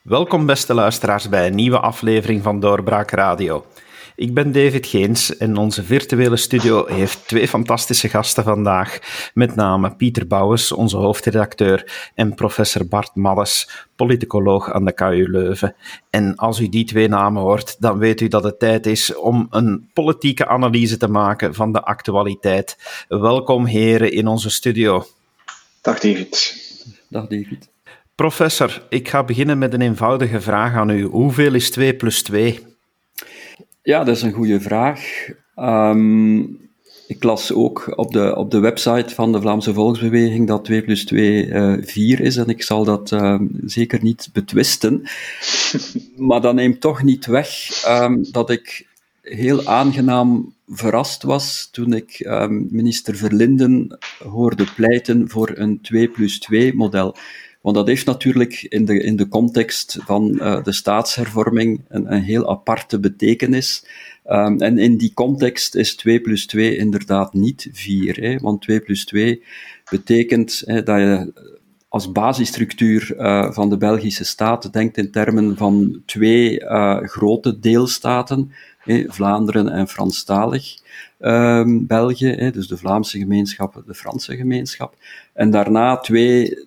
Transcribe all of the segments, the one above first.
Welkom beste luisteraars bij een nieuwe aflevering van Doorbraak Radio. Ik ben David Geens en onze virtuele studio heeft twee fantastische gasten vandaag. Met name Pieter Bouwens, onze hoofdredacteur, en professor Bart Malles, politicoloog aan de KU Leuven. En als u die twee namen hoort, dan weet u dat het tijd is om een politieke analyse te maken van de actualiteit. Welkom heren in onze studio. Dag David. Dag David. Professor, ik ga beginnen met een eenvoudige vraag aan u. Hoeveel is 2 plus 2? Ja, dat is een goede vraag. Ik las ook op de website van de Vlaamse Volksbeweging dat 2 plus 2 4 is, en ik zal dat zeker niet betwisten. Maar dat neemt toch niet weg dat ik heel aangenaam verrast was toen ik minister Verlinden hoorde pleiten voor een 2 plus 2 model. Want dat heeft natuurlijk in de context van de staatshervorming een heel aparte betekenis. En in die context is 2 plus 2 inderdaad niet 4. Hè? Want 2 plus 2 betekent dat je als basisstructuur van de Belgische staat denkt in termen van twee grote deelstaten, Vlaanderen en Franstalig België, dus de Vlaamse gemeenschap, de Franse gemeenschap. En daarnaast twee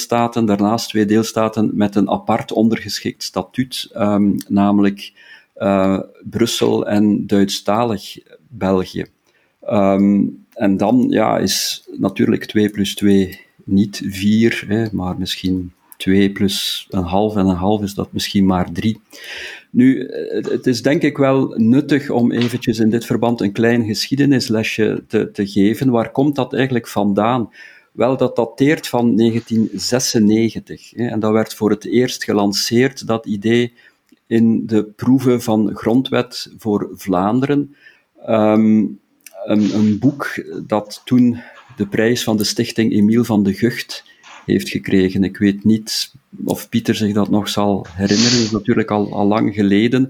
deelstaten met een apart ondergeschikt statuut, namelijk Brussel en Duitsstalig België. En dan is natuurlijk 2 plus 2 niet 4, maar misschien 2 plus een half en een half is dat misschien maar 3. Nu, het is denk ik wel nuttig om eventjes in dit verband een klein geschiedenislesje te geven. Waar komt dat eigenlijk vandaan? Wel, dat dateert van 1996. En dat werd voor het eerst gelanceerd, dat idee, in de proeven van Grondwet voor Vlaanderen. Een boek dat toen de prijs van de stichting Emiel van de Gucht heeft gekregen. Ik weet niet of Pieter zich dat nog zal herinneren, dat is natuurlijk al lang geleden.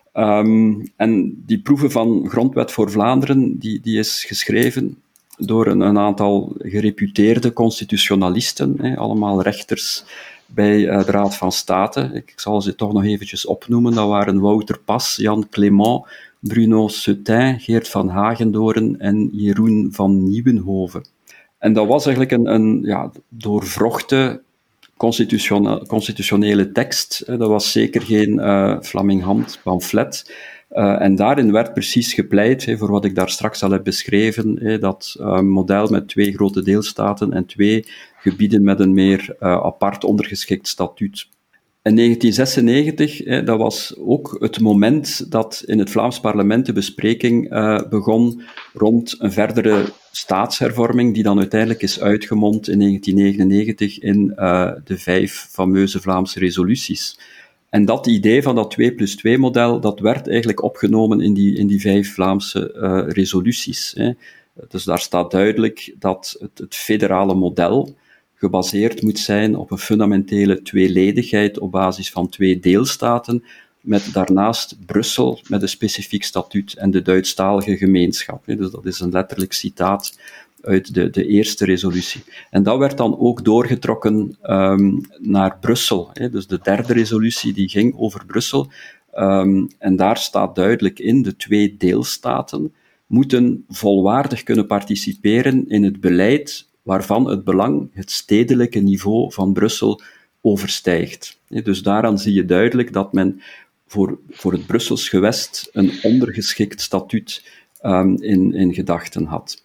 En die proeven van Grondwet voor Vlaanderen, die is geschreven door een aantal gereputeerde constitutionalisten, allemaal rechters bij de Raad van State. Ik zal ze toch nog eventjes opnoemen. Dat waren Wouter Pas, Jan Clément, Bruno Seutin, Geert van Hagendoorn en Jeroen van Nieuwenhoven. En dat was eigenlijk een doorvrochte constitutionele tekst. Dat was zeker geen Flamingham pamflet. En daarin werd precies gepleit voor wat ik daar straks al heb beschreven, dat model met twee grote deelstaten en twee gebieden met een meer apart ondergeschikt statuut. In 1996, dat was ook het moment dat in het Vlaams parlement de bespreking begon rond een verdere staatshervorming, die dan uiteindelijk is uitgemond in 1999 in de 5 fameuze Vlaamse resoluties. En dat idee van dat 2 plus 2 model, dat werd eigenlijk opgenomen in die 5 Vlaamse resoluties. Dus daar staat duidelijk dat het federale model gebaseerd moet zijn op een fundamentele tweeledigheid op basis van 2 deelstaten, met daarnaast Brussel met een specifiek statuut en de Duitsstalige gemeenschap. Dus dat is een letterlijk citaat uit de eerste resolutie. En dat werd dan ook doorgetrokken naar Brussel. Dus de derde resolutie die ging over Brussel. En daar staat duidelijk in, de 2 deelstaten moeten volwaardig kunnen participeren in het beleid waarvan het belang het stedelijke niveau van Brussel overstijgt. Dus daaraan zie je duidelijk dat men voor het Brussels gewest een ondergeschikt statuut in gedachten had.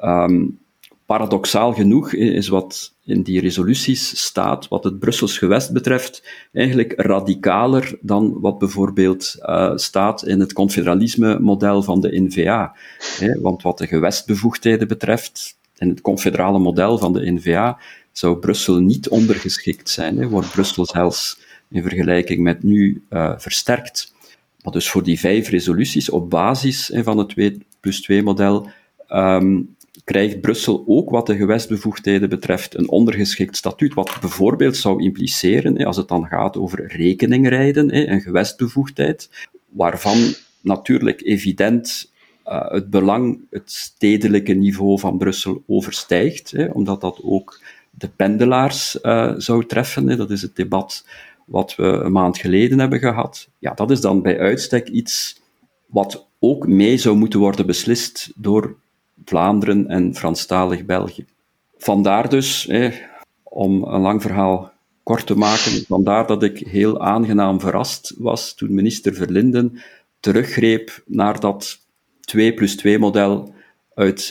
Paradoxaal genoeg is wat in die resoluties staat, wat het Brussels gewest betreft, eigenlijk radicaler dan wat bijvoorbeeld staat in het confederalisme-model van de N-VA. Want wat de gewestbevoegdheden betreft, in het confederale model van de N-VA, zou Brussel niet ondergeschikt zijn, wordt Brussel zelfs in vergelijking met nu versterkt. Maar dus voor die 5 resoluties op basis van het 2 plus 2 model krijgt Brussel ook wat de gewestbevoegdheden betreft een ondergeschikt statuut, wat bijvoorbeeld zou impliceren, als het dan gaat over rekeningrijden, een gewestbevoegdheid, waarvan natuurlijk evident het belang, het stedelijke niveau van Brussel overstijgt, omdat dat ook de pendelaars zou treffen. Hè. Dat is het debat wat we een maand geleden hebben gehad. Ja, dat is dan bij uitstek iets wat ook mee zou moeten worden beslist door Vlaanderen en Franstalig België. Vandaar dus, om een lang verhaal kort te maken, vandaar dat ik heel aangenaam verrast was toen minister Verlinden teruggreep naar dat 2+2 model uit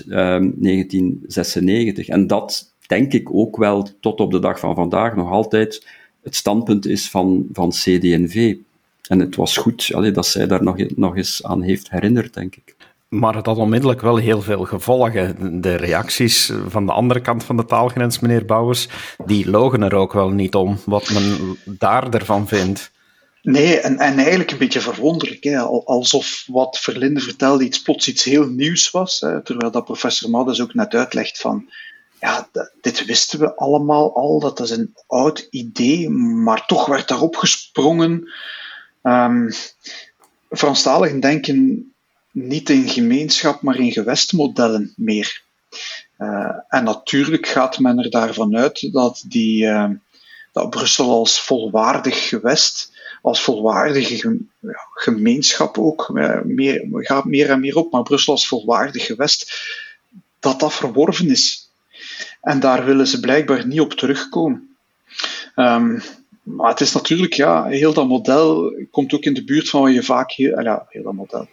1996. En dat, denk ik, ook wel tot op de dag van vandaag nog altijd het standpunt is van CD&V. En het was goed dat zij daar nog eens aan heeft herinnerd, denk ik. Maar het had onmiddellijk wel heel veel gevolgen. De reacties van de andere kant van de taalgrens, meneer Bouwers, die logen er ook wel niet om, wat men ervan vindt. Nee, en eigenlijk een beetje verwonderlijk. Hè? Alsof wat Verlinden vertelde plots iets heel nieuws was. Hè? Terwijl dat professor Maddes ook net uitlegt van... Ja, dit wisten we allemaal al, dat is een oud idee, maar toch werd daarop gesprongen. Franstaligen denken niet in gemeenschap, maar in gewestmodellen meer. En natuurlijk gaat men er daarvan uit dat Brussel als volwaardig gewest, als volwaardige gemeenschap ook, gaat meer en meer op, maar Brussel als volwaardig gewest, dat verworven is. En daar willen ze blijkbaar niet op terugkomen. Maar het is natuurlijk, heel dat model komt ook in de buurt van wat je vaak... heel dat model.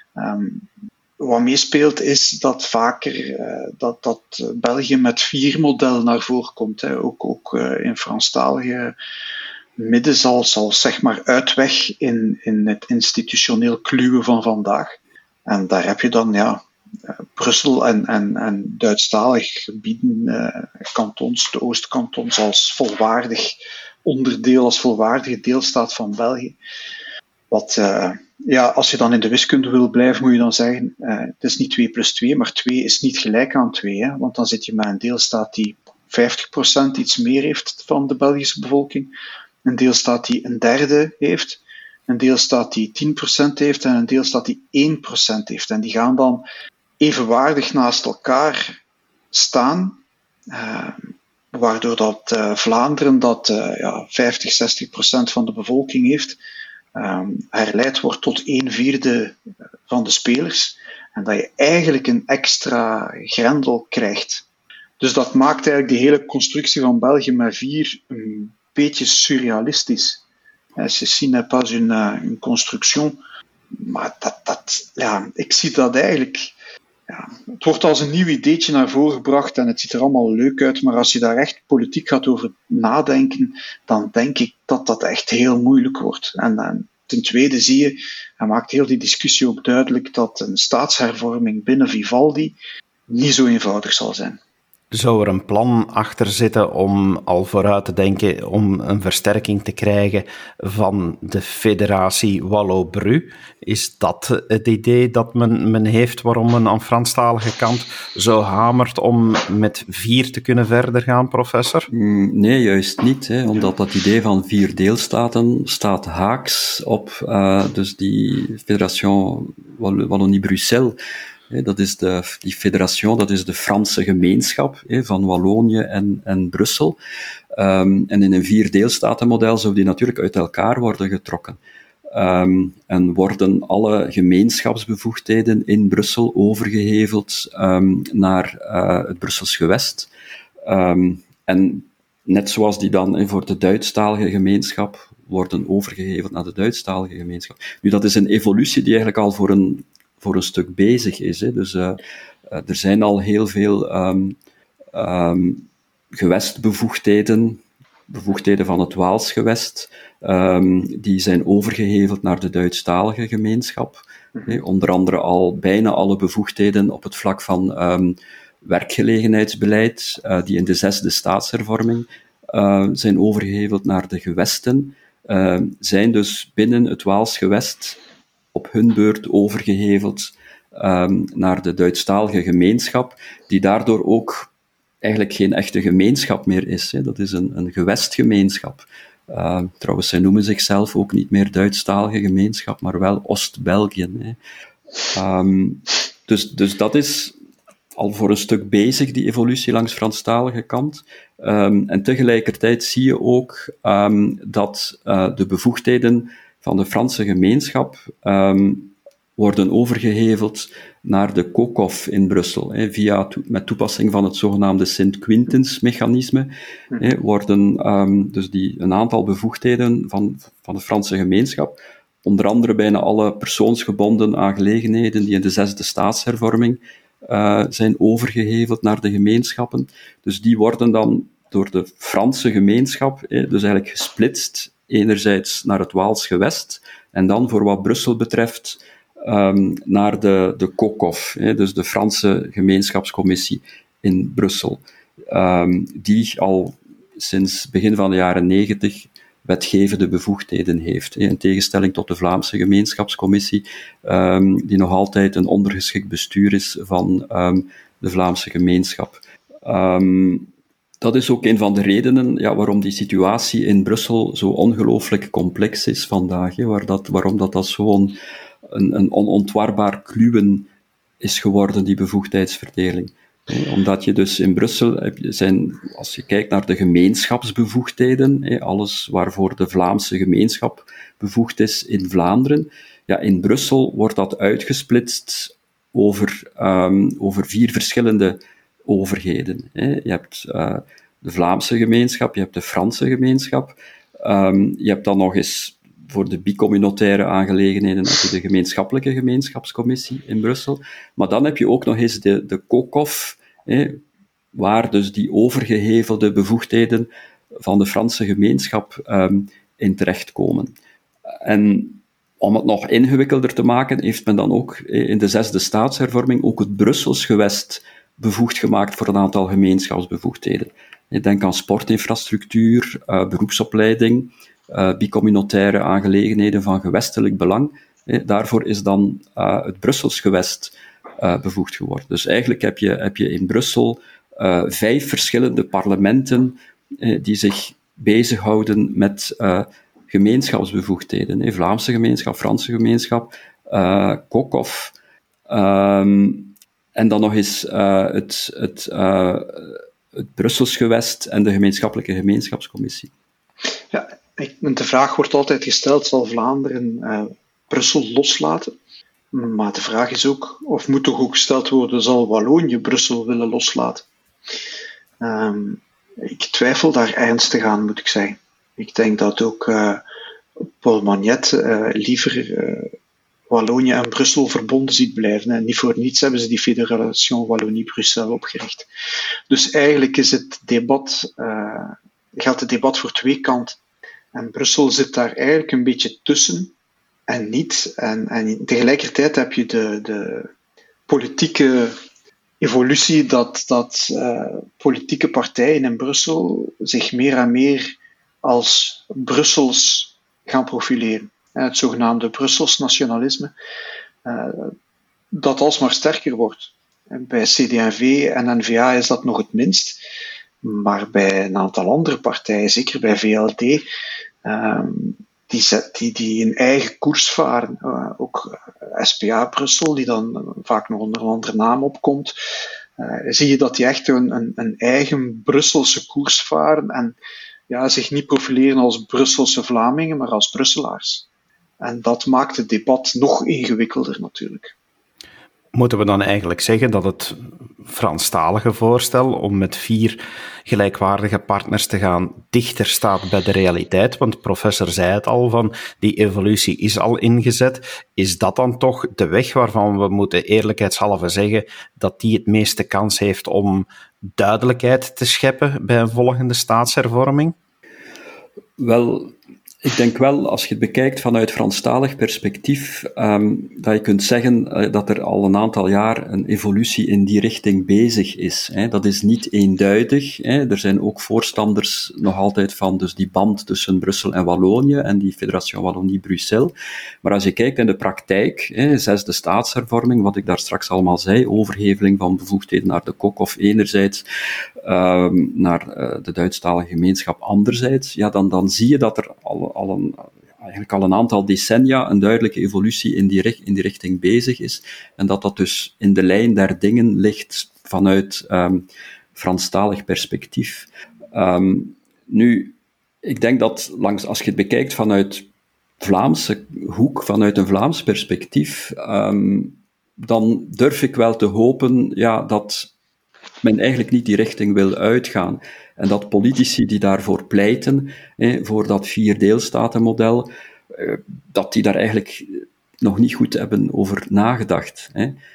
Wat meespeelt is dat vaker dat België met 4 model naar voren komt. Hè. Ook in Franstalige midden zal zeg maar uitweg in het institutioneel kluwen van vandaag. En daar heb je dan Brussel en Duitsstalig gebieden, kantons, de Oostkantons, als volwaardig onderdeel, als volwaardige deelstaat van België. Wat, als je dan in de wiskunde wil blijven, moet je dan zeggen, het is niet 2+2, maar 2 is niet gelijk aan 2. Hè, want dan zit je met een deelstaat die 50% iets meer heeft van de Belgische bevolking, een deelstaat die een derde heeft, een deelstaat die 10% heeft en een deelstaat die 1% heeft. En die gaan dan evenwaardig naast elkaar staan, waardoor dat Vlaanderen, dat 50-60% van de bevolking heeft, herleid wordt tot 1/4 van de spelers. En dat je eigenlijk een extra grendel krijgt. Dus dat maakt eigenlijk die hele constructie van België met 4 een beetje surrealistisch. Ceci n'est pas une construction. Maar ik zie dat eigenlijk... Ja, het wordt als een nieuw ideetje naar voren gebracht en het ziet er allemaal leuk uit, maar als je daar echt politiek gaat over nadenken, dan denk ik dat dat echt heel moeilijk wordt. En ten tweede zie je, en maakt heel die discussie ook duidelijk, dat een staatshervorming binnen Vivaldi niet zo eenvoudig zal zijn. Zou er een plan achter zitten om al vooruit te denken om een versterking te krijgen van de federatie Wallo-Bru? Is dat het idee dat men heeft waarom men aan Franstalige kant zo hamert om met 4 te kunnen verder gaan, professor? Nee, juist niet. Omdat dat idee van 4 deelstaten staat haaks op dus die Fédération Wallonie-Bruxelles. Dat is die federation, dat is de Franse gemeenschap van Wallonië en Brussel. En in een 4 deelstatenmodel zou die natuurlijk uit elkaar worden getrokken. En worden alle gemeenschapsbevoegdheden in Brussel overgeheveld naar het Brussels gewest. En net zoals die dan voor de Duitsstalige gemeenschap worden overgeheveld naar de Duitsstalige gemeenschap. Nu, dat is een evolutie die eigenlijk al voor een stuk bezig is. Dus er zijn al heel veel gewestbevoegdheden, bevoegdheden van het Waalsgewest, die zijn overgeheveld naar de Duitsstalige gemeenschap. Onder andere al bijna alle bevoegdheden op het vlak van werkgelegenheidsbeleid, die in de 6e staatshervorming zijn overgeheveld naar de gewesten, zijn dus binnen het Waalsgewest op hun beurt overgeheveld naar de Duitsstalige gemeenschap, die daardoor ook eigenlijk geen echte gemeenschap meer is. Dat is een gewestgemeenschap. Trouwens, zij noemen zichzelf ook niet meer Duitsstalige gemeenschap, maar wel Oost-België. Dus dat is al voor een stuk bezig, die evolutie langs Franstalige kant. En tegelijkertijd zie je ook dat de bevoegdheden van de Franse gemeenschap worden overgeheveld naar de COCOF in Brussel. Met toepassing van het zogenaamde Sint-Quintins-mechanisme worden dus een aantal bevoegdheden van de Franse gemeenschap, onder andere bijna alle persoonsgebonden aangelegenheden die in de 6e staatshervorming zijn overgeheveld naar de gemeenschappen. Dus die worden dan door de Franse gemeenschap dus eigenlijk gesplitst, enerzijds naar het Waals gewest, en dan voor wat Brussel betreft naar de COCOF, dus de Franse gemeenschapscommissie in Brussel, die al sinds begin van de jaren 90 wetgevende bevoegdheden heeft, in tegenstelling tot de Vlaamse gemeenschapscommissie, die nog altijd een ondergeschikt bestuur is van de Vlaamse gemeenschap. Dat is ook een van de redenen waarom die situatie in Brussel zo ongelooflijk complex is vandaag, waarom dat zo'n een onontwarbaar kluwen is geworden, die bevoegdheidsverdeling. Omdat je dus in Brussel als je kijkt naar de gemeenschapsbevoegdheden, alles waarvoor de Vlaamse gemeenschap bevoegd is in Vlaanderen, in Brussel wordt dat uitgesplitst over 4 verschillende overheden. Je hebt de Vlaamse gemeenschap, je hebt de Franse gemeenschap, je hebt dan nog eens voor de bicommunautaire aangelegenheden heb je de gemeenschappelijke gemeenschapscommissie in Brussel. Maar dan heb je ook nog eens de COCOF, waar dus die overgehevelde bevoegdheden van de Franse gemeenschap in terechtkomen. En om het nog ingewikkelder te maken, heeft men dan ook in de 6e staatshervorming ook het Brussels gewest bevoegd gemaakt voor een aantal gemeenschapsbevoegdheden. Denk aan sportinfrastructuur, beroepsopleiding, bicommunautaire aangelegenheden van gewestelijk belang. Daarvoor is dan het Brussels gewest bevoegd geworden. Dus eigenlijk heb je in Brussel 5 verschillende parlementen die zich bezighouden met gemeenschapsbevoegdheden. Vlaamse gemeenschap, Franse gemeenschap, COCOF, en dan nog eens het Brussels gewest en de gemeenschappelijke gemeenschapscommissie. Ja, de vraag wordt altijd gesteld, zal Vlaanderen Brussel loslaten? Maar de vraag is ook, of moet toch ook gesteld worden, zal Wallonië Brussel willen loslaten? Ik twijfel daar ernstig aan, moet ik zeggen. Ik denk dat ook Paul Magnet liever Wallonië en Brussel verbonden ziet blijven. En niet voor niets hebben ze die Fédération Wallonie-Bruxelles opgericht. Dus eigenlijk is het debat, geldt het debat voor 2 kanten. En Brussel zit daar eigenlijk een beetje tussen en niet. En tegelijkertijd heb je de politieke evolutie dat politieke partijen in Brussel zich meer en meer als Brussels gaan profileren. Het zogenaamde Brussels nationalisme, dat alsmaar sterker wordt. Bij CD&V en N-VA is dat nog het minst, maar bij een aantal andere partijen, zeker bij VLD, die een eigen koers varen, ook SPA Brussel, die dan vaak nog onder een andere naam opkomt, zie je dat die echt een eigen Brusselse koers varen en zich niet profileren als Brusselse Vlamingen, maar als Brusselaars. En dat maakt het debat nog ingewikkelder natuurlijk. Moeten we dan eigenlijk zeggen dat het Franstalige voorstel om met 4 gelijkwaardige partners te gaan dichter staat bij de realiteit? Want de professor zei het al, van die evolutie is al ingezet. Is dat dan toch de weg waarvan we moeten eerlijkheidshalve zeggen dat die het meeste kans heeft om duidelijkheid te scheppen bij een volgende staatshervorming? Wel, ik denk wel, als je het bekijkt vanuit Franstalig perspectief, dat je kunt zeggen dat er al een aantal jaar een evolutie in die richting bezig is. Dat is niet eenduidig. Er zijn ook voorstanders nog altijd van dus die band tussen Brussel en Wallonië en die Fédération Wallonie-Bruxelles. Maar als je kijkt in de praktijk, 6e staatshervorming, wat ik daar straks allemaal zei, overheveling van bevoegdheden naar de COCOF enerzijds, naar de Duitsstalige gemeenschap anderzijds, dan zie je dat er al eigenlijk al een aantal decennia een duidelijke evolutie in die richting bezig is. En dat dus in de lijn der dingen ligt vanuit Franstalig perspectief. Nu, ik denk dat als je het bekijkt vanuit Vlaamse hoek, vanuit een Vlaams perspectief, dan durf ik wel te hopen dat men eigenlijk niet die richting wil uitgaan. En dat politici die daarvoor pleiten, voor dat 4-deelstatenmodel, dat die daar eigenlijk nog niet goed hebben over nagedacht.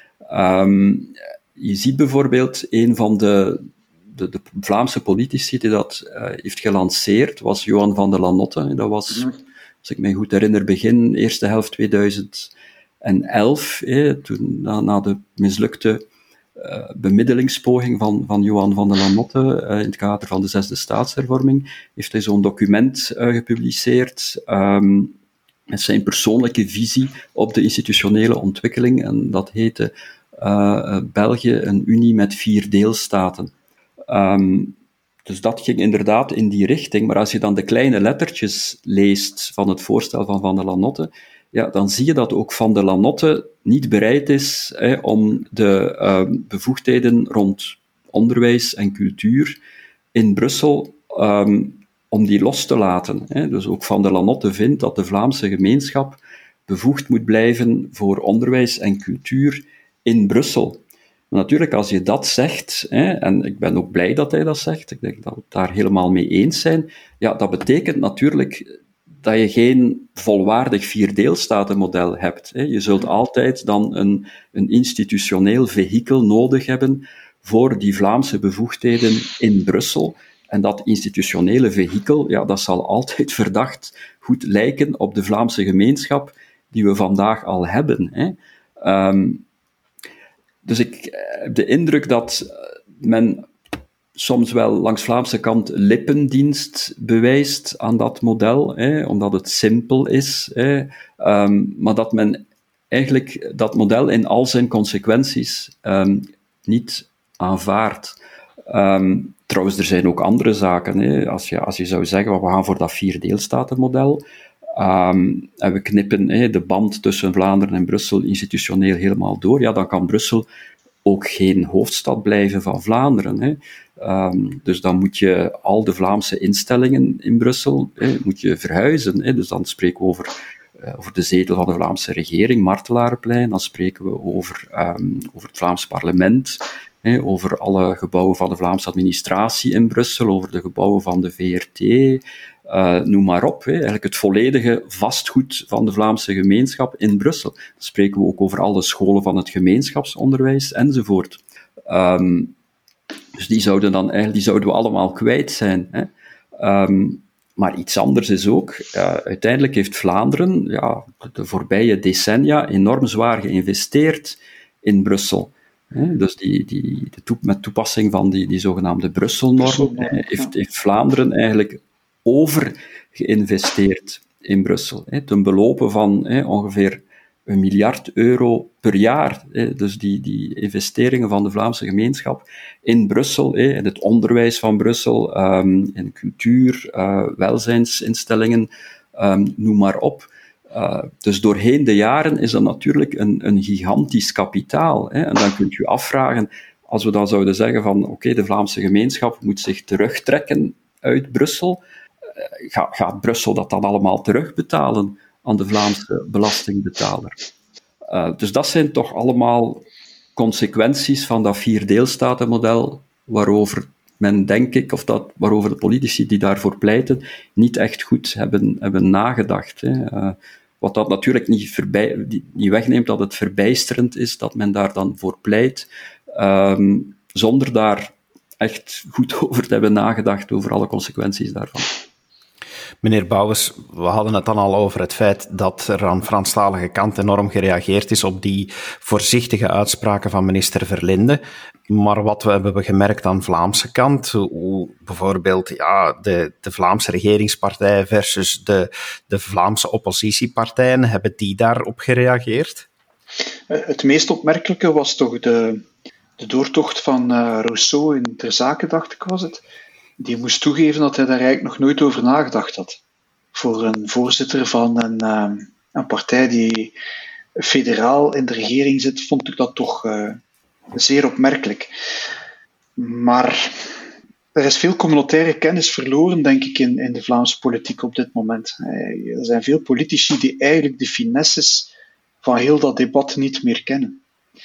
Je ziet bijvoorbeeld, een van de Vlaamse politici die dat heeft gelanceerd, was Johan van der Lanotte. Dat was, als ik me goed herinner, begin eerste helft 2011, toen na de mislukte bemiddelingspoging van Johan van der Lanotte in het kader van de 6e staatshervorming, heeft hij zo'n document gepubliceerd met zijn persoonlijke visie op de institutionele ontwikkeling, en dat heette België, een unie met 4 deelstaten. Dus dat ging inderdaad in die richting, maar als je dan de kleine lettertjes leest van het voorstel van der Lanotte, dan zie je dat ook Van der Lanotte niet bereid is om de bevoegdheden rond onderwijs en cultuur in Brussel om die los te laten. Dus ook Van der Lanotte vindt dat de Vlaamse gemeenschap bevoegd moet blijven voor onderwijs en cultuur in Brussel. Maar natuurlijk, als je dat zegt, en ik ben ook blij dat hij dat zegt, ik denk dat we het daar helemaal mee eens zijn, dat betekent natuurlijk dat je geen volwaardig 4-deelstatenmodel hebt. Je zult altijd dan een institutioneel vehikel nodig hebben voor die Vlaamse bevoegdheden in Brussel. En dat institutionele vehikel, dat zal altijd verdacht goed lijken op de Vlaamse gemeenschap die we vandaag al hebben. Dus ik heb de indruk dat men soms wel langs Vlaamse kant lippendienst bewijst aan dat model, omdat het simpel is, maar dat men eigenlijk dat model in al zijn consequenties niet aanvaardt. Trouwens, er zijn ook andere zaken. Als je zou zeggen, we gaan voor dat 4-deelstatenmodel, en we knippen de band tussen Vlaanderen en Brussel institutioneel helemaal door, dan kan Brussel ook geen hoofdstad blijven van Vlaanderen. Dus dan moet je al de Vlaamse instellingen in Brussel moet je verhuizen. Dus dan spreken we over de zetel van de Vlaamse regering, Martelarenplein, dan spreken we over het Vlaams parlement, over alle gebouwen van de Vlaamse administratie in Brussel, over de gebouwen van de VRT, noem maar op. Eigenlijk het volledige vastgoed van de Vlaamse gemeenschap in Brussel. Dan spreken we ook over alle scholen van het gemeenschapsonderwijs, enzovoort. Dus die zouden we allemaal kwijt zijn. Maar iets anders is ook, uiteindelijk heeft Vlaanderen de voorbije decennia enorm zwaar geïnvesteerd in Brussel. Dus met toepassing van die zogenaamde Brusselnorm heeft Vlaanderen eigenlijk overgeïnvesteerd in Brussel. Ten belope van ongeveer €1 miljard per jaar. Dus die investeringen van de Vlaamse gemeenschap in Brussel, in het onderwijs van Brussel, in cultuur, welzijnsinstellingen, noem maar op. Dus doorheen de jaren is dat natuurlijk een gigantisch kapitaal. En dan kun je je afvragen, als we dan zouden zeggen van oké, de Vlaamse gemeenschap moet zich terugtrekken uit Brussel, gaat Brussel dat dan allemaal terugbetalen aan de Vlaamse belastingbetaler? Dus dat zijn toch allemaal consequenties van dat 4-deelstatenmodel waarover men, denk ik, waarover de politici die daarvoor pleiten, niet echt goed hebben nagedacht. Wat dat natuurlijk niet wegneemt dat het verbijsterend is dat men daar dan voor pleit, zonder daar echt goed over te hebben nagedacht over alle consequenties daarvan. Meneer Bouwens, we hadden het dan al over het feit dat er aan Franstalige kant enorm gereageerd is op die voorzichtige uitspraken van minister Verlinde. Maar wat we hebben gemerkt aan Vlaamse kant, hoe bijvoorbeeld de Vlaamse regeringspartij versus de Vlaamse oppositiepartijen, hebben die daarop gereageerd? Het meest opmerkelijke was toch de doortocht van Rousseau in Ter Zaken, dacht ik was het. Die moest toegeven dat hij daar eigenlijk nog nooit over nagedacht had. voor een voorzitter van een partij die federaal in de regering zit, vond ik dat toch zeer opmerkelijk. Maar er is veel communautaire kennis verloren, denk ik, in de Vlaamse politiek op dit moment. Er zijn veel politici die eigenlijk de finesses van heel dat debat niet meer kennen.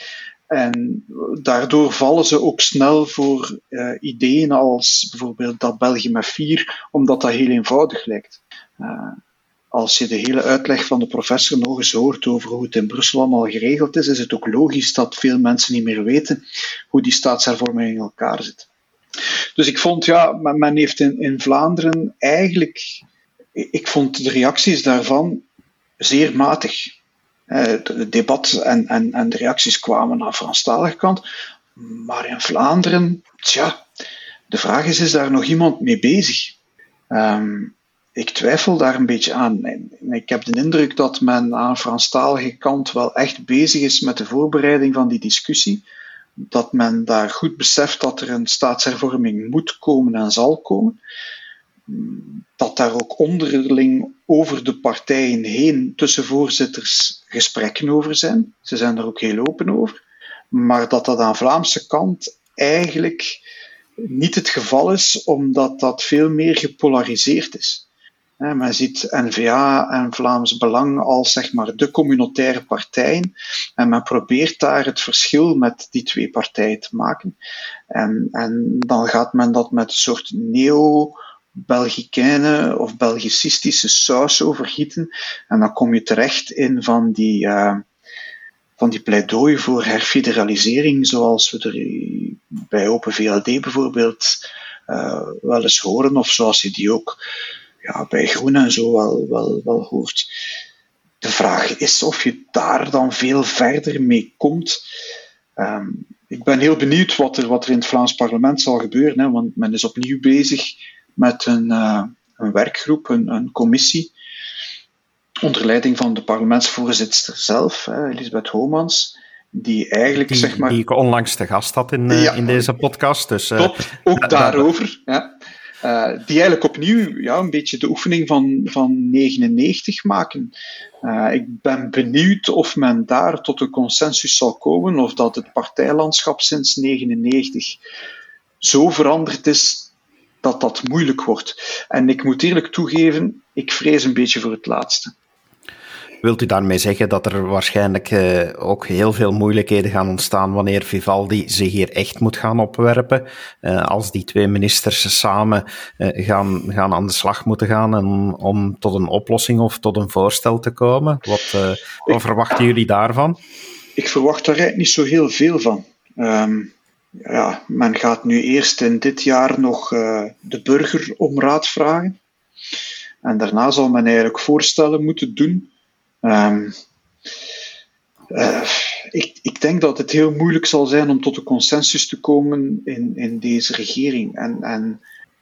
En daardoor vallen ze ook snel voor ideeën als bijvoorbeeld dat België met 4, omdat dat heel eenvoudig lijkt. Als je de hele uitleg van de professor nog eens hoort over hoe het in Brussel allemaal geregeld is het ook logisch dat veel mensen niet meer weten hoe die staatshervorming in elkaar zit. Dus ik vond, men heeft in Vlaanderen eigenlijk, ik vond de reacties daarvan zeer matig. Het debat en de reacties kwamen aan de Franstalige kant, maar in Vlaanderen, de vraag is daar nog iemand mee bezig? Ik twijfel daar een beetje aan. Ik heb de indruk dat men aan de Franstalige kant wel echt bezig is met de voorbereiding van die discussie. Dat men daar goed beseft dat er een staatshervorming moet komen en zal komen. Dat daar ook onderling over de partijen heen tussen voorzitters gesprekken over zijn. Ze zijn daar ook heel open over. Maar dat aan de Vlaamse kant eigenlijk niet het geval is, omdat dat veel meer gepolariseerd is. Men ziet N-VA en Vlaams Belang als zeg maar de communautaire partijen en men probeert daar het verschil met die twee partijen te maken. En dan gaat men dat met een soort neo-Belgicaine of Belgicistische saus overgieten en dan kom je terecht in van die pleidooi voor herfederalisering, zoals we er bij Open VLD bijvoorbeeld wel eens horen, of zoals je die ook bij Groen en zo wel hoort. De vraag is of je daar dan veel verder mee komt. Ik ben heel benieuwd wat er in het Vlaams parlement zal gebeuren, hè, want men is opnieuw bezig met een werkgroep, een commissie, onder leiding van de parlementsvoorzitter zelf, Elisabeth Homans, die eigenlijk, die ik onlangs te gast had in deze podcast. Dus, klopt, ook daarover. Ja. Die eigenlijk opnieuw een beetje de oefening van 99 maken. Ik ben benieuwd of men daar tot een consensus zal komen, of dat het partijlandschap sinds 99 zo veranderd is dat dat moeilijk wordt. En ik moet eerlijk toegeven, ik vrees een beetje voor het laatste. Wilt u daarmee zeggen dat er waarschijnlijk ook heel veel moeilijkheden gaan ontstaan wanneer Vivaldi zich hier echt moet gaan opwerpen? Als die twee ministers samen gaan aan de slag moeten gaan om tot een oplossing of tot een voorstel te komen? Wat verwachten jullie daarvan? Ik verwacht daar eigenlijk niet zo heel veel van. Men gaat nu eerst in dit jaar nog de burger om raad vragen. En daarna zal men eigenlijk voorstellen moeten doen. Ik denk dat het heel moeilijk zal zijn om tot een consensus te komen in deze regering. En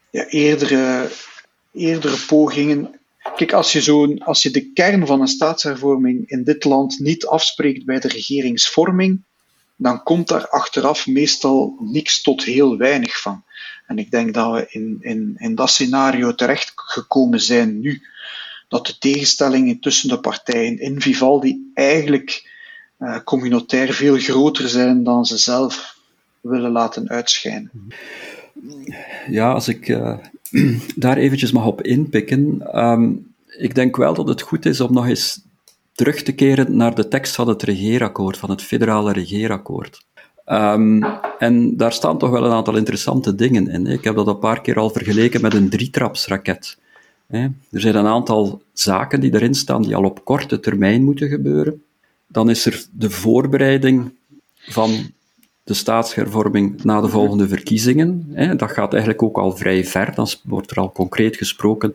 eerdere pogingen. Kijk, als je de kern van een staatshervorming in dit land niet afspreekt bij de regeringsvorming, dan komt daar achteraf meestal niks tot heel weinig van. En ik denk dat we in dat scenario terecht gekomen zijn nu. Dat de tegenstellingen tussen de partijen in Vivaldi eigenlijk communautair veel groter zijn dan ze zelf willen laten uitschijnen. Ja, als ik daar eventjes mag op inpikken. Ik denk wel dat het goed is om nog eens terug te keren naar de tekst van het regeerakkoord, van het federale regeerakkoord. En daar staan toch wel een aantal interessante dingen in. Ik heb dat een paar keer al vergeleken met een drietrapsraket. Er zijn een aantal zaken die erin staan die al op korte termijn moeten gebeuren. Dan is er de voorbereiding van de staatshervorming na de volgende verkiezingen. Dat gaat eigenlijk ook al vrij ver. Dan wordt er al concreet gesproken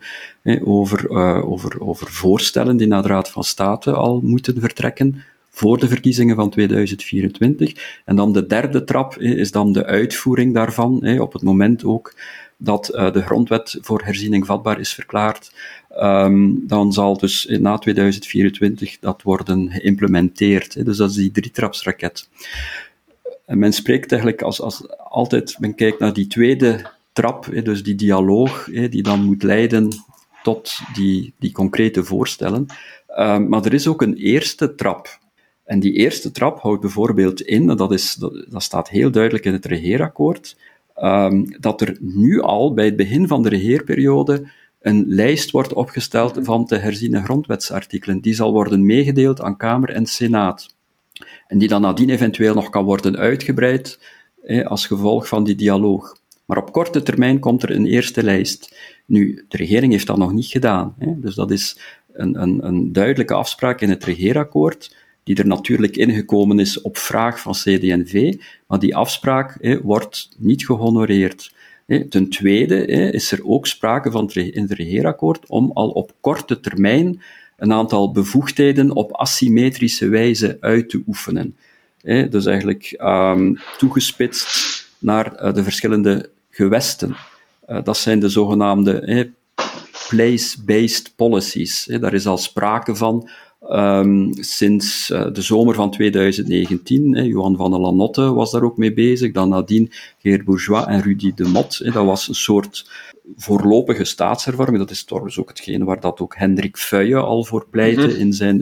over voorstellen die naar de Raad van State al moeten vertrekken voor de verkiezingen van 2024. En dan de derde trap is dan de uitvoering daarvan, op het moment ook dat de grondwet voor herziening vatbaar is verklaard. Dan zal dus na 2024 dat worden geïmplementeerd. Dus dat is die drietrapsraket. En men spreekt eigenlijk als altijd, men kijkt naar die tweede trap, dus die dialoog, die dan moet leiden tot die concrete voorstellen. Maar er is ook een eerste trap. En die eerste trap houdt bijvoorbeeld in, dat staat heel duidelijk in het regeerakkoord, dat er nu al bij het begin van de regeerperiode een lijst wordt opgesteld van te herziene grondwetsartikelen. Die zal worden meegedeeld aan Kamer en Senaat. En die dan nadien eventueel nog kan worden uitgebreid als gevolg van die dialoog. Maar op korte termijn komt er een eerste lijst. Nu, de regering heeft dat nog niet gedaan. Dus dat is een duidelijke afspraak in het regeerakkoord, die er natuurlijk ingekomen is op vraag van CD&V, maar die afspraak wordt niet gehonoreerd. Ten tweede is er ook sprake in het regeerakkoord om al op korte termijn een aantal bevoegdheden op asymmetrische wijze uit te oefenen. Dus eigenlijk toegespitst naar de verschillende gewesten. Dat zijn de zogenaamde place-based policies. Daar is al sprake van sinds de zomer van 2019. Johan van der Lanotte was daar ook mee bezig. Dan nadien Geert Bourgeois en Rudy de Mott. Dat was een soort voorlopige staatshervorming. Dat is trouwens ook hetgene waar dat ook Hendrik Vuije al voor pleitte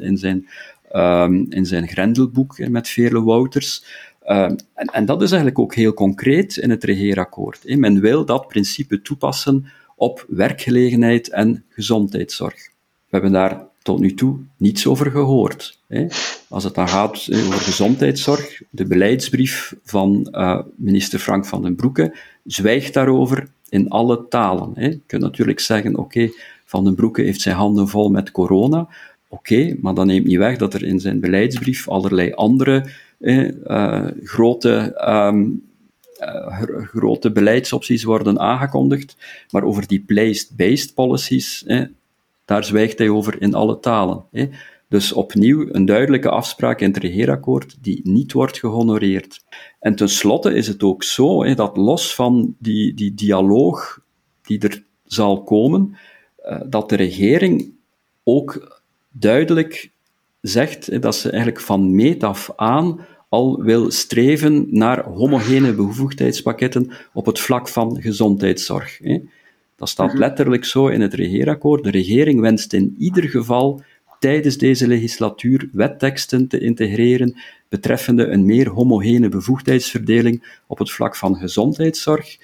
in zijn Grendelboek met Veerle Wouters. En dat is eigenlijk ook heel concreet in het regeerakkoord. Men wil dat principe toepassen op werkgelegenheid en gezondheidszorg. We hebben daar tot nu toe niets over gehoord. Als het dan gaat over gezondheidszorg, de beleidsbrief van minister Frank van den Broeke zwijgt daarover in alle talen. Je kunt natuurlijk zeggen, oké, Van den Broeke heeft zijn handen vol met corona. Oké, maar dat neemt niet weg dat er in zijn beleidsbrief allerlei andere grote beleidsopties worden aangekondigd, maar over die place-based policies, daar zwijgt hij over in alle talen. Dus opnieuw een duidelijke afspraak in het regeerakkoord die niet wordt gehonoreerd. En tenslotte is het ook zo dat los van die dialoog die er zal komen, dat de regering ook duidelijk zegt dat ze eigenlijk van meet af aan al wil streven naar homogene bevoegdheidspakketten op het vlak van gezondheidszorg. Dat staat letterlijk zo in het regeerakkoord. De regering wenst in ieder geval tijdens deze legislatuur wetteksten te integreren betreffende een meer homogene bevoegdheidsverdeling op het vlak van gezondheidszorg.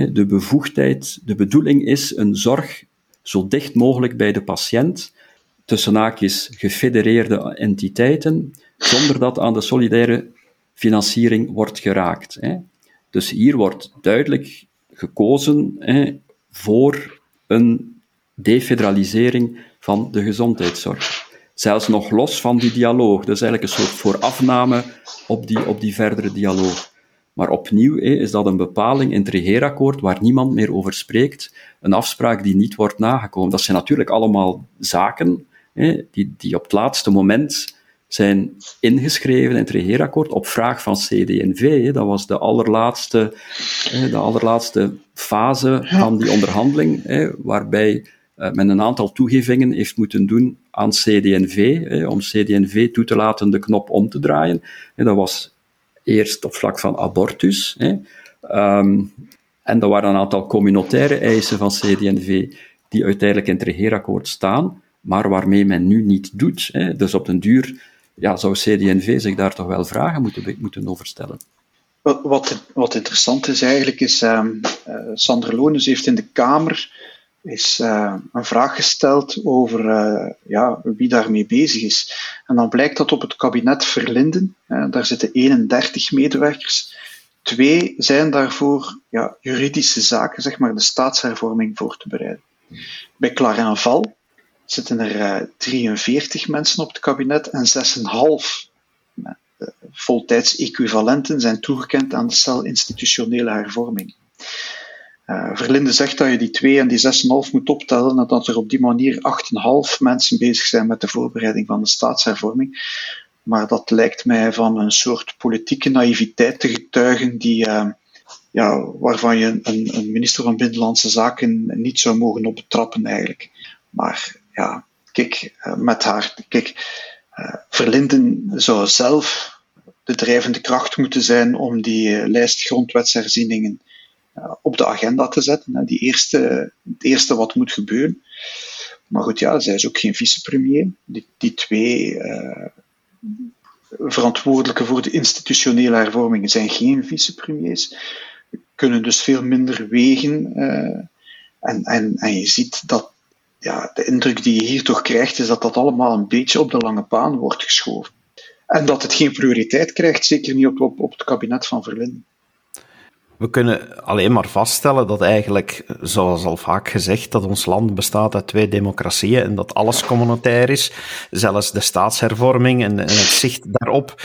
De bedoeling is een zorg zo dicht mogelijk bij de patiënt, tussen haakjes gefedereerde entiteiten, zonder dat aan de solidaire financiering wordt geraakt. Dus hier wordt duidelijk gekozen voor een defederalisering van de gezondheidszorg. Zelfs nog los van die dialoog. Dat is eigenlijk een soort voorafname op die verdere dialoog. Maar opnieuw is dat een bepaling in het regeerakkoord waar niemand meer over spreekt, een afspraak die niet wordt nagekomen. Dat zijn natuurlijk allemaal zaken die op het laatste moment zijn ingeschreven in het regeerakkoord op vraag van CD&V. Dat was de allerlaatste fase van die onderhandeling, waarbij men een aantal toegevingen heeft moeten doen aan CD&V, om CD&V toe te laten de knop om te draaien. Dat was eerst op vlak van abortus. En er waren een aantal communautaire eisen van CD&V die uiteindelijk in het regeerakkoord staan, maar waarmee men nu niet doet. Dus op den duur zou CD&V zich daar toch wel vragen moeten over stellen. Wat interessant is eigenlijk, is Sander Lones heeft in de Kamer een vraag gesteld over wie daarmee bezig is. En dan blijkt dat op het kabinet Verlinden, daar zitten 31 medewerkers, 2 zijn daarvoor juridische zaken, zeg maar de staatshervorming voor te bereiden. Bij Clarenval zitten er 43 mensen op het kabinet en 6,5 voltijds equivalenten zijn toegekend aan de cel institutionele hervorming. Verlinde zegt dat je die 2 en die 6,5 moet optellen en dat er op die manier 8,5 mensen bezig zijn met de voorbereiding van de staatshervorming. Maar dat lijkt mij van een soort politieke naïviteit te getuigen waarvan je een minister van Binnenlandse Zaken niet zou mogen op betrappen eigenlijk. Maar Verlinden zou zelf de drijvende kracht moeten zijn om die lijst grondwetsherzieningen op de agenda te zetten. Het eerste wat moet gebeuren. Maar goed, ja, zij is ook geen vicepremier. Die twee verantwoordelijken voor de institutionele hervormingen zijn geen vicepremiers, kunnen dus veel minder wegen. En je ziet dat de indruk die je hier toch krijgt, is dat dat allemaal een beetje op de lange baan wordt geschoven. En dat het geen prioriteit krijgt, zeker niet op het kabinet van Verlinden. We kunnen alleen maar vaststellen dat eigenlijk, zoals al vaak gezegd, dat ons land bestaat uit 2 democratieën en dat alles communautair is. Zelfs de staatshervorming en het zicht daarop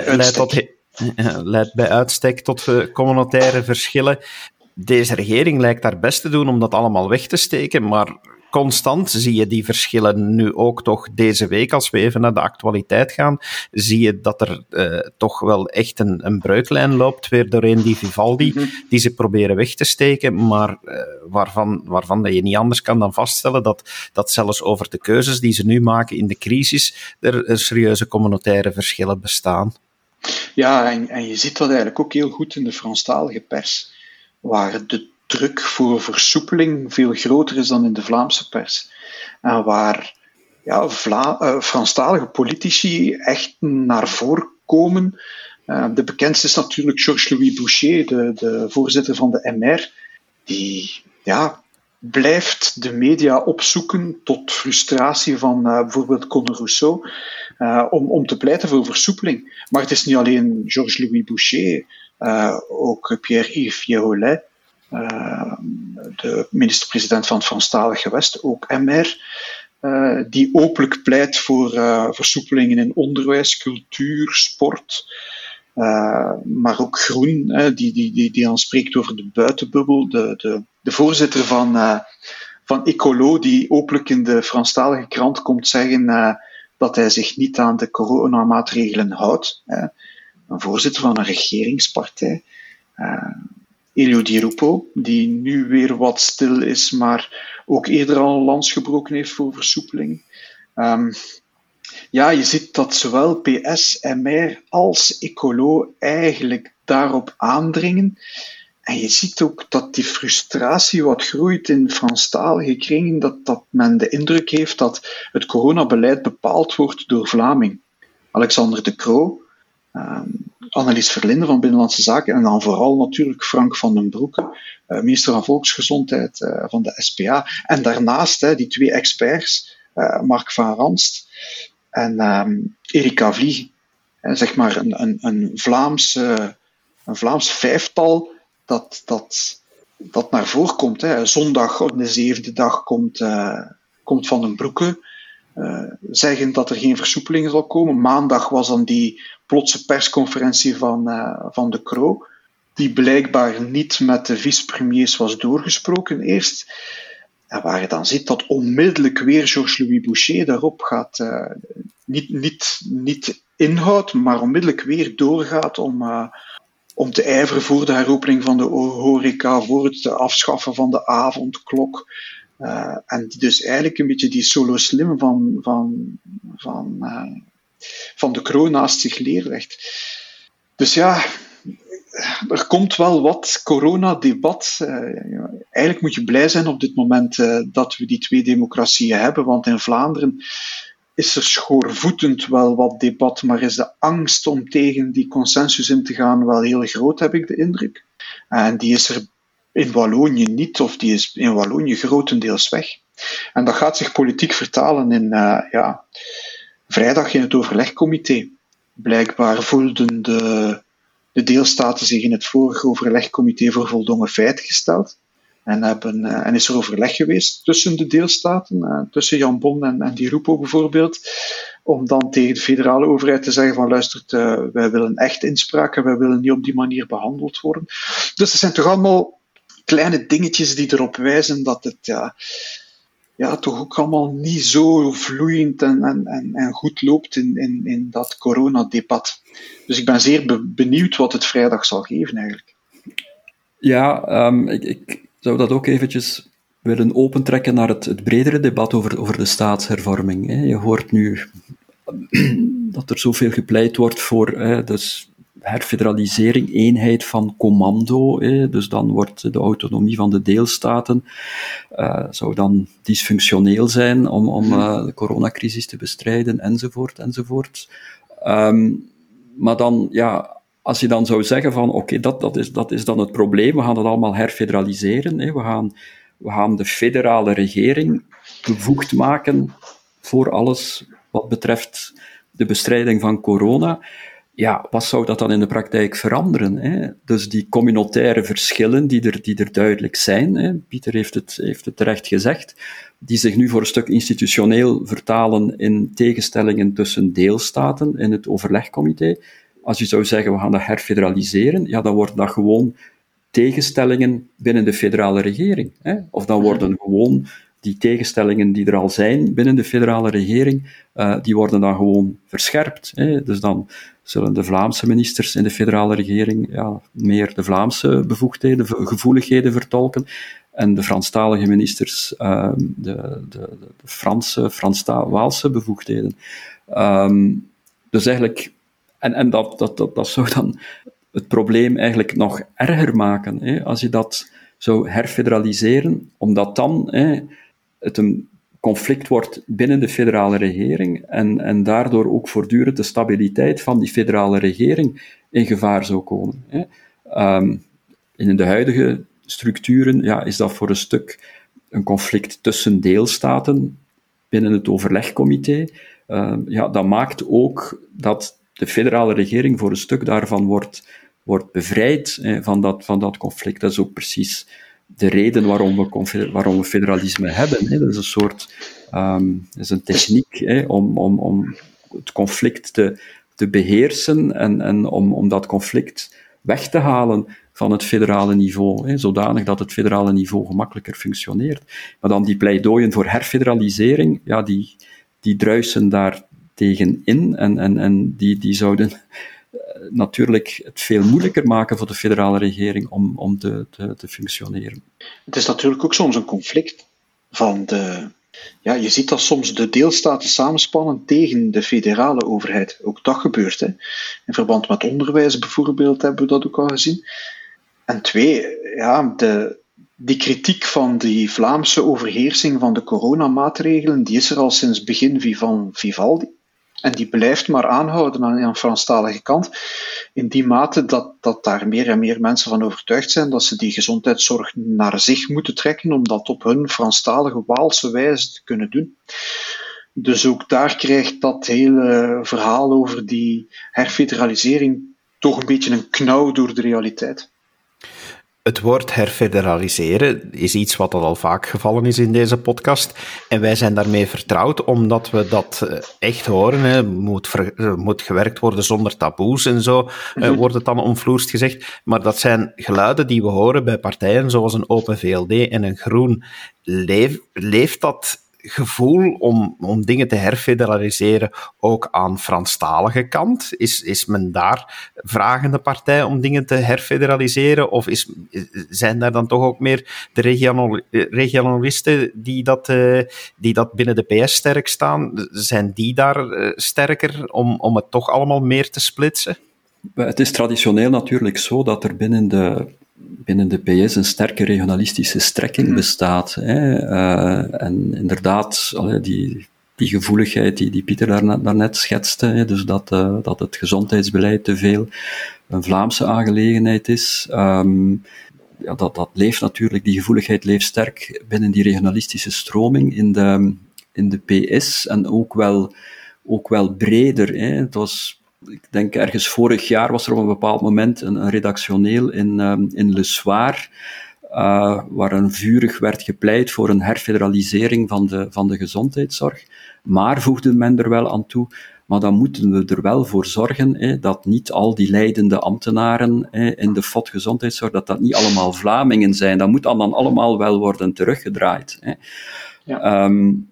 leidt bij uitstek tot communautaire verschillen. Deze regering lijkt haar best te doen om dat allemaal weg te steken, maar constant zie je die verschillen nu ook toch deze week, als we even naar de actualiteit gaan, zie je dat er toch wel echt een breuklijn loopt weer doorheen die Vivaldi, die ze proberen weg te steken, maar waarvan je niet anders kan dan vaststellen dat zelfs over de keuzes die ze nu maken in de crisis er serieuze communautaire verschillen bestaan. Ja, en je ziet dat eigenlijk ook heel goed in de Franstalige pers, waar de druk voor versoepeling veel groter is dan in de Vlaamse pers. En waar Franstalige politici echt naar voren komen. De bekendste is natuurlijk Georges-Louis Boucher, de voorzitter van de MR, die blijft de media opzoeken tot frustratie van bijvoorbeeld Conor Rousseau, om te pleiten voor versoepeling. Maar het is niet alleen Georges-Louis Boucher, ook Pierre-Yves Jeholet, de minister-president van het Franstalig gewest, ook MR, die openlijk pleit voor versoepelingen in onderwijs, cultuur, sport, maar ook Groen, die dan spreekt over de buitenbubbel. De voorzitter van Ecolo, die openlijk in de Franstalige krant komt zeggen dat hij zich niet aan de coronamaatregelen houdt. Een voorzitter van een regeringspartij. Elio Di Rupo, die nu weer wat stil is, maar ook eerder al een lans gebroken heeft voor versoepeling. Je ziet dat zowel PS, MR als Ecolo eigenlijk daarop aandringen. En je ziet ook dat die frustratie wat groeit in Franstalige kringen, dat men de indruk heeft dat het coronabeleid bepaald wordt door Vlaming. Alexander De Croo, Annelies Verlinden van Binnenlandse Zaken en dan vooral natuurlijk Frank van den Broeke, minister van Volksgezondheid van de SPA. En daarnaast die 2 experts, Mark van Ranst en Erika Vlieg, zeg maar een Vlaams vijftal dat naar voren komt. Zondag op de 7e dag komt Van den Broeke zeggen dat er geen versoepeling zal komen. Maandag was dan die plotse persconferentie van De Croo, die blijkbaar niet met de vicepremiers was doorgesproken eerst. En waar je dan ziet dat onmiddellijk weer Georges-Louis Boucher daarop gaat, niet inhoudt, maar onmiddellijk weer doorgaat om te ijveren voor de heropening van de horeca, voor het afschaffen van de avondklok. En die dus eigenlijk een beetje die solo slim van De Croo naast zich neerlegt. Dus ja, er komt wel wat coronadebat. Eigenlijk moet je blij zijn op dit moment dat we die 2 democratieën hebben, want in Vlaanderen is er schoorvoetend wel wat debat, maar is de angst om tegen die consensus in te gaan wel heel groot, heb ik de indruk. En die is er in Wallonië niet, of die is in Wallonië grotendeels weg. En dat gaat zich politiek vertalen in vrijdag in het overlegcomité. Blijkbaar voelden de deelstaten zich in het vorige overlegcomité voor voldongen feiten gesteld. En is er overleg geweest tussen de deelstaten, tussen Jan Bon en Di Rupo bijvoorbeeld, om dan tegen de federale overheid te zeggen van luistert, wij willen echt inspraak en wij willen niet op die manier behandeld worden. Dus er zijn toch allemaal kleine dingetjes die erop wijzen dat het toch ook allemaal niet zo vloeiend en goed loopt in dat coronadebat. Dus ik ben zeer benieuwd wat het vrijdag zal geven eigenlijk. Ja, ik zou dat ook eventjes willen opentrekken naar het bredere debat over de staatshervorming. Je hoort nu dat er zoveel gepleit wordt voor dus herfederalisering, eenheid van commando, dus dan wordt de autonomie van de deelstaten zou dan dysfunctioneel zijn om de coronacrisis te bestrijden, enzovoort. Maar dan, ja, als je dan zou zeggen van, oké, dat is dan het probleem, we gaan het allemaal herfederaliseren, we gaan de federale regering bevoegd maken voor alles wat betreft de bestrijding van corona. Ja, wat zou dat dan in de praktijk veranderen? Hè? Dus die communautaire verschillen die er duidelijk zijn, hè? Pieter heeft het terecht gezegd, die zich nu voor een stuk institutioneel vertalen in tegenstellingen tussen deelstaten in het overlegcomité. Als je zou zeggen, we gaan dat herfederaliseren, ja, dan worden dat gewoon tegenstellingen binnen de federale regering. Hè? Of dan worden gewoon die tegenstellingen die er al zijn binnen de federale regering, die worden dan gewoon verscherpt. Hè? Dus dan zullen de Vlaamse ministers in de federale regering meer de Vlaamse bevoegdheden, gevoeligheden vertolken, en de Franstalige ministers de Frans-Waalse bevoegdheden. Dus eigenlijk, en dat zou dan het probleem eigenlijk nog erger maken, hè, als je dat zou herfederaliseren, omdat dan het een conflict wordt binnen de federale regering en daardoor ook voortdurend de stabiliteit van die federale regering in gevaar zou komen. Hè. In de huidige structuren is dat voor een stuk een conflict tussen deelstaten binnen het overlegcomité. Dat maakt ook dat de federale regering voor een stuk daarvan wordt bevrijd van dat conflict. Dat is ook precies de reden waarom we federalisme hebben. Hè. Dat is een soort is een techniek om het conflict te beheersen en om dat conflict weg te halen van het federale niveau, zodanig dat het federale niveau gemakkelijker functioneert. Maar dan die pleidooien voor herfederalisering, die druisen daar tegen in en die zouden natuurlijk het veel moeilijker maken voor de federale regering om te functioneren. Het is natuurlijk ook soms een conflict van je ziet dat soms de deelstaten samenspannen tegen de federale overheid. Ook dat gebeurt. Hè. In verband met onderwijs bijvoorbeeld hebben we dat ook al gezien. En twee, die kritiek van die Vlaamse overheersing van de coronamaatregelen, die is er al sinds begin van Vivaldi. En die blijft maar aanhouden aan de Franstalige kant, in die mate dat daar meer en meer mensen van overtuigd zijn dat ze die gezondheidszorg naar zich moeten trekken, om dat op hun Franstalige Waalse wijze te kunnen doen. Dus ook daar krijgt dat hele verhaal over die herfederalisering toch een beetje een knauw door de realiteit. Het woord herfederaliseren is iets wat al vaak gevallen is in deze podcast. En wij zijn daarmee vertrouwd, omdat we dat echt horen. Hè. Moet gewerkt worden zonder taboes en zo, wordt het dan omvloerst gezegd. Maar dat zijn geluiden die we horen bij partijen zoals een Open VLD en een Groen. Leeft dat gevoel om dingen te herfederaliseren ook aan Franstalige kant? Is men daar vragende partij om dingen te herfederaliseren? Of zijn daar dan toch ook meer de regionalisten die dat binnen de PS sterk staan? Zijn die daar sterker om het toch allemaal meer te splitsen? Het is traditioneel natuurlijk zo dat er binnen de PS een sterke regionalistische strekking bestaat. Hè. En inderdaad, die gevoeligheid die Pieter daarnet schetste, hè, dus dat het gezondheidsbeleid te veel een Vlaamse aangelegenheid is, dat leeft natuurlijk, die gevoeligheid leeft sterk binnen die regionalistische stroming in de PS en ook wel breder. Hè. Het was... Ik denk ergens vorig jaar was er op een bepaald moment een redactioneel in Le Soir, waar een vurig werd gepleit voor een herfederalisering van de gezondheidszorg. Maar voegde men er wel aan toe, maar dan moeten we er wel voor zorgen dat niet al die leidende ambtenaren in de FOD gezondheidszorg, dat niet allemaal Vlamingen zijn. Dat moet dan allemaal wel worden teruggedraaid. Ja.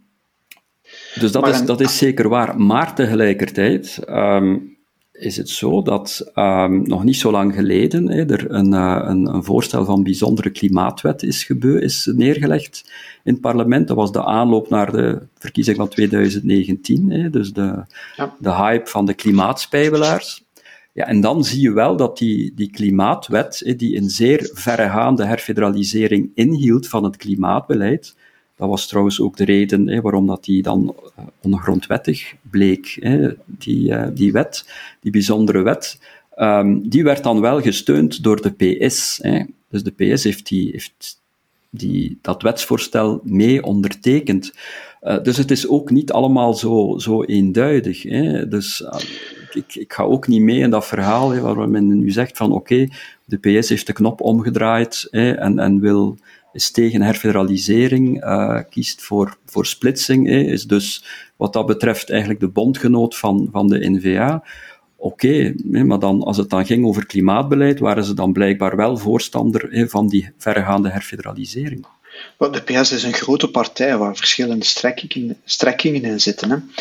Dus dat is zeker waar. Maar tegelijkertijd is het zo dat nog niet zo lang geleden er een voorstel van bijzondere klimaatwet is neergelegd in het parlement. Dat was de aanloop naar de verkiezing van 2019, dus de hype van de klimaatspijbelaars. Ja, en dan zie je wel dat die klimaatwet, die een zeer verregaande herfederalisering inhield van het klimaatbeleid, dat was trouwens ook de reden waarom dat die dan ongrondwettig bleek, die wet, die bijzondere wet, die werd dan wel gesteund door de PS. Dus de PS heeft dat wetsvoorstel mee ondertekend. Dus het is ook niet allemaal zo eenduidig. Dus ik ga ook niet mee in dat verhaal waar men nu zegt van oké, de PS heeft de knop omgedraaid en is tegen herfederalisering, kiest voor splitsing, is dus wat dat betreft eigenlijk de bondgenoot van de N-VA. Oké, maar dan, als het dan ging over klimaatbeleid, waren ze dan blijkbaar wel voorstander van die verregaande herfederalisering. De PS is een grote partij waar verschillende strekkingen in zitten.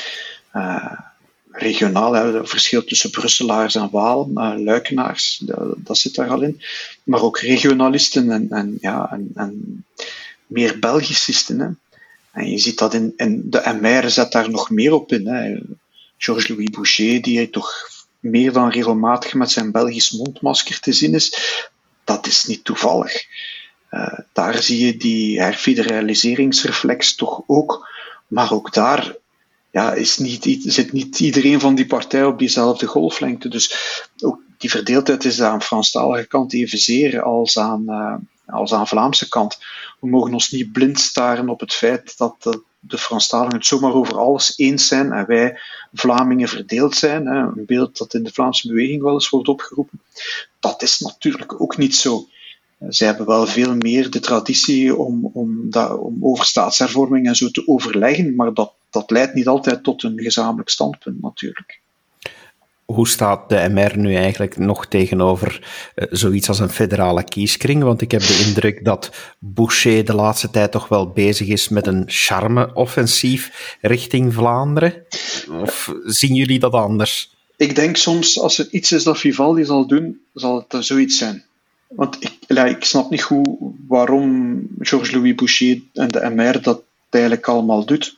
Regionaal, het verschil tussen Brusselaars en Walen, Luikenaars, dat zit daar al in. Maar ook regionalisten en meer Belgicisten. En je ziet dat in de MR zet daar nog meer op in. Georges-Louis Boucher, die toch meer dan regelmatig met zijn Belgisch mondmasker te zien is, dat is niet toevallig. Daar zie je die herfederaliseringsreflex toch ook, maar ook daar zit niet iedereen van die partij op diezelfde golflengte. Dus ook die verdeeldheid is aan Franstalige kant evenzeer als aan Vlaamse kant. We mogen ons niet blind staren op het feit dat de Franstaligen het zomaar over alles eens zijn en wij Vlamingen verdeeld zijn. Een beeld dat in de Vlaamse beweging wel eens wordt opgeroepen. Dat is natuurlijk ook niet zo. Zij hebben wel veel meer de traditie om over staatshervorming en zo te overleggen, maar dat leidt niet altijd tot een gezamenlijk standpunt natuurlijk. Hoe staat de MR nu eigenlijk nog tegenover zoiets als een federale kieskring? Want ik heb de indruk dat Boucher de laatste tijd toch wel bezig is met een charme-offensief richting Vlaanderen. Of zien jullie dat anders? Ik denk soms, als er iets is dat Vivaldi zal doen, zal het zoiets zijn. Want ik snap niet goed waarom Georges-Louis Boucher en de MR dat eigenlijk allemaal doet.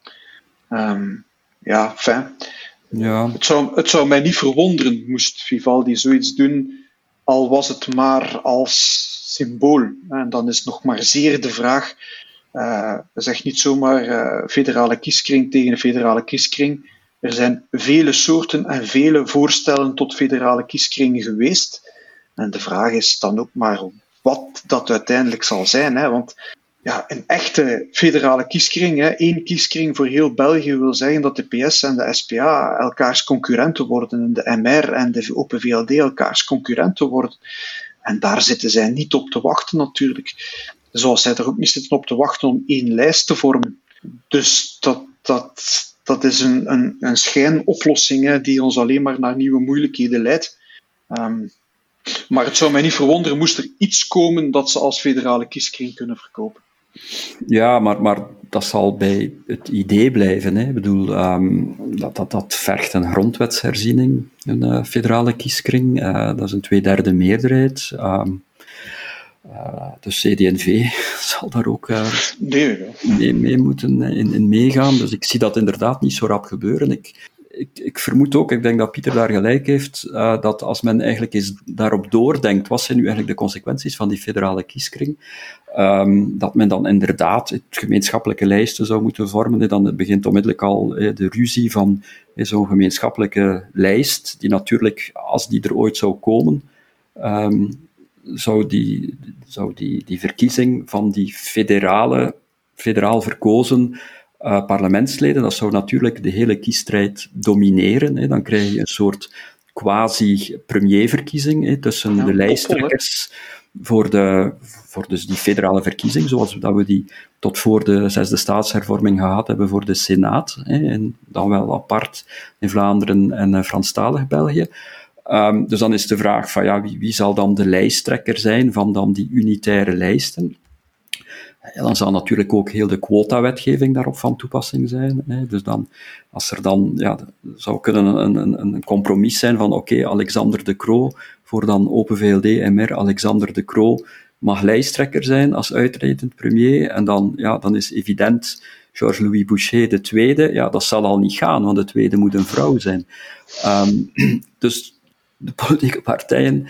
Ja. Het zou mij niet verwonderen moest Vivaldi zoiets doen, al was het maar als symbool. En dan is nog maar zeer de vraag, zeg niet zomaar federale kieskring tegen een federale kieskring. Er zijn vele soorten en vele voorstellen tot federale kieskringen geweest. En de vraag is dan ook maar wat dat uiteindelijk zal zijn. Want een echte federale kieskring, één kieskring voor heel België, wil zeggen dat de PS en de SPA elkaars concurrenten worden en de MR en de Open VLD elkaars concurrenten worden. En daar zitten zij niet op te wachten natuurlijk. Zoals zij er ook niet zitten op te wachten om één lijst te vormen. Dus dat is een schijnoplossing die ons alleen maar naar nieuwe moeilijkheden leidt. Maar het zou mij niet verwonderen moest er iets komen dat ze als federale kieskring kunnen verkopen. Ja, maar dat zal bij het idee blijven. Ik bedoel, dat vergt een grondwetsherziening, een federale kieskring. Dat is een 2/3 meerderheid. De CD&V zal daar ook mee moeten in meegaan. Dus ik zie dat inderdaad niet zo rap gebeuren. Ik vermoed ook, ik denk dat Pieter daar gelijk heeft, dat als men eigenlijk eens daarop doordenkt, wat zijn nu eigenlijk de consequenties van die federale kieskring, dat men dan inderdaad het gemeenschappelijke lijsten zou moeten vormen. Dan begint onmiddellijk al de ruzie van zo'n gemeenschappelijke lijst, die natuurlijk, als die er ooit zou komen, zou die verkiezing van die federaal verkozen parlementsleden, dat zou natuurlijk de hele kiesstrijd domineren. Dan krijg je een soort quasi-premierverkiezing tussen de lijsttrekkers voor dus die federale verkiezing, zoals dat we die tot voor de 6e staatshervorming gehad hebben voor de Senaat, en dan wel apart in Vlaanderen en Franstalig België. Dus dan is de vraag van wie zal dan de lijsttrekker zijn van dan die unitaire lijsten? Ja, dan zal natuurlijk ook heel de quota-wetgeving daarop van toepassing zijn. Dus dan, als er dan, zou kunnen een compromis zijn van oké, Alexander De Croo, voor dan Open VLD, MR, Alexander De Croo mag lijsttrekker zijn als uitredend premier, en dan is evident Georges-Louis Boucher de tweede, dat zal al niet gaan, want de tweede moet een vrouw zijn. Dus de politieke partijen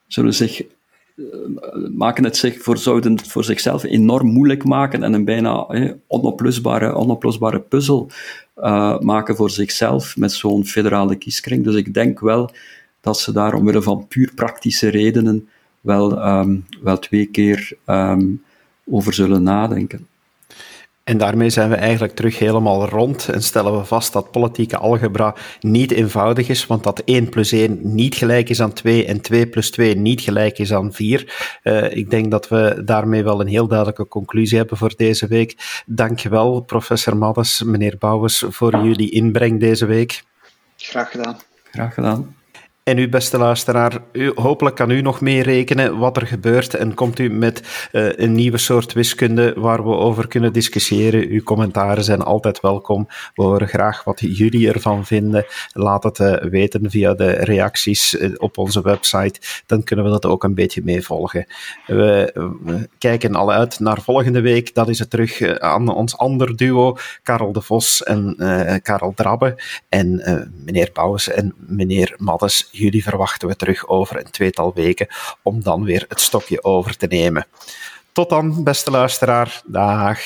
zouden het voor zichzelf enorm moeilijk maken en een bijna onoplosbare puzzel maken voor zichzelf met zo'n federale kieskring. Dus ik denk wel dat ze daar omwille van puur praktische redenen wel 2 keer over zullen nadenken. En daarmee zijn we eigenlijk terug helemaal rond en stellen we vast dat politieke algebra niet eenvoudig is, want dat 1 + 1 niet gelijk is aan 2 en 2 + 2 niet gelijk is aan 4. Ik denk dat we daarmee wel een heel duidelijke conclusie hebben voor deze week. Dank je wel, professor Maddes, meneer Bouwens, voor jullie inbreng deze week. Graag gedaan. Graag gedaan. En u, beste luisteraar, hopelijk kan u nog mee rekenen wat er gebeurt en komt u met een nieuwe soort wiskunde waar we over kunnen discussiëren. Uw commentaren zijn altijd welkom. We horen graag wat jullie ervan vinden. Laat het weten via de reacties op onze website. Dan kunnen we dat ook een beetje meevolgen. We kijken al uit naar volgende week. Dan is het terug aan ons ander duo, Karel de Vos en Karel Drabbe. En meneer Bouwens en meneer Maddes, jullie verwachten we terug over een 2-tal weken om dan weer het stokje over te nemen. Tot dan, beste luisteraar. Dag.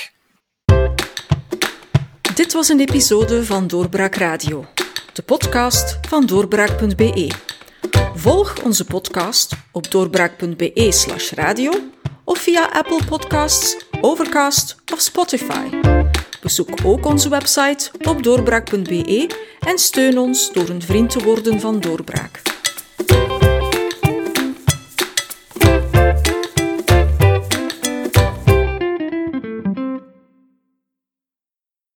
Dit was een episode van Doorbraak Radio, de podcast van doorbraak.be. Volg onze podcast op doorbraak.be/radio of via Apple Podcasts, Overcast of Spotify. Bezoek ook onze website op doorbraak.be en steun ons door een vriend te worden van Doorbraak.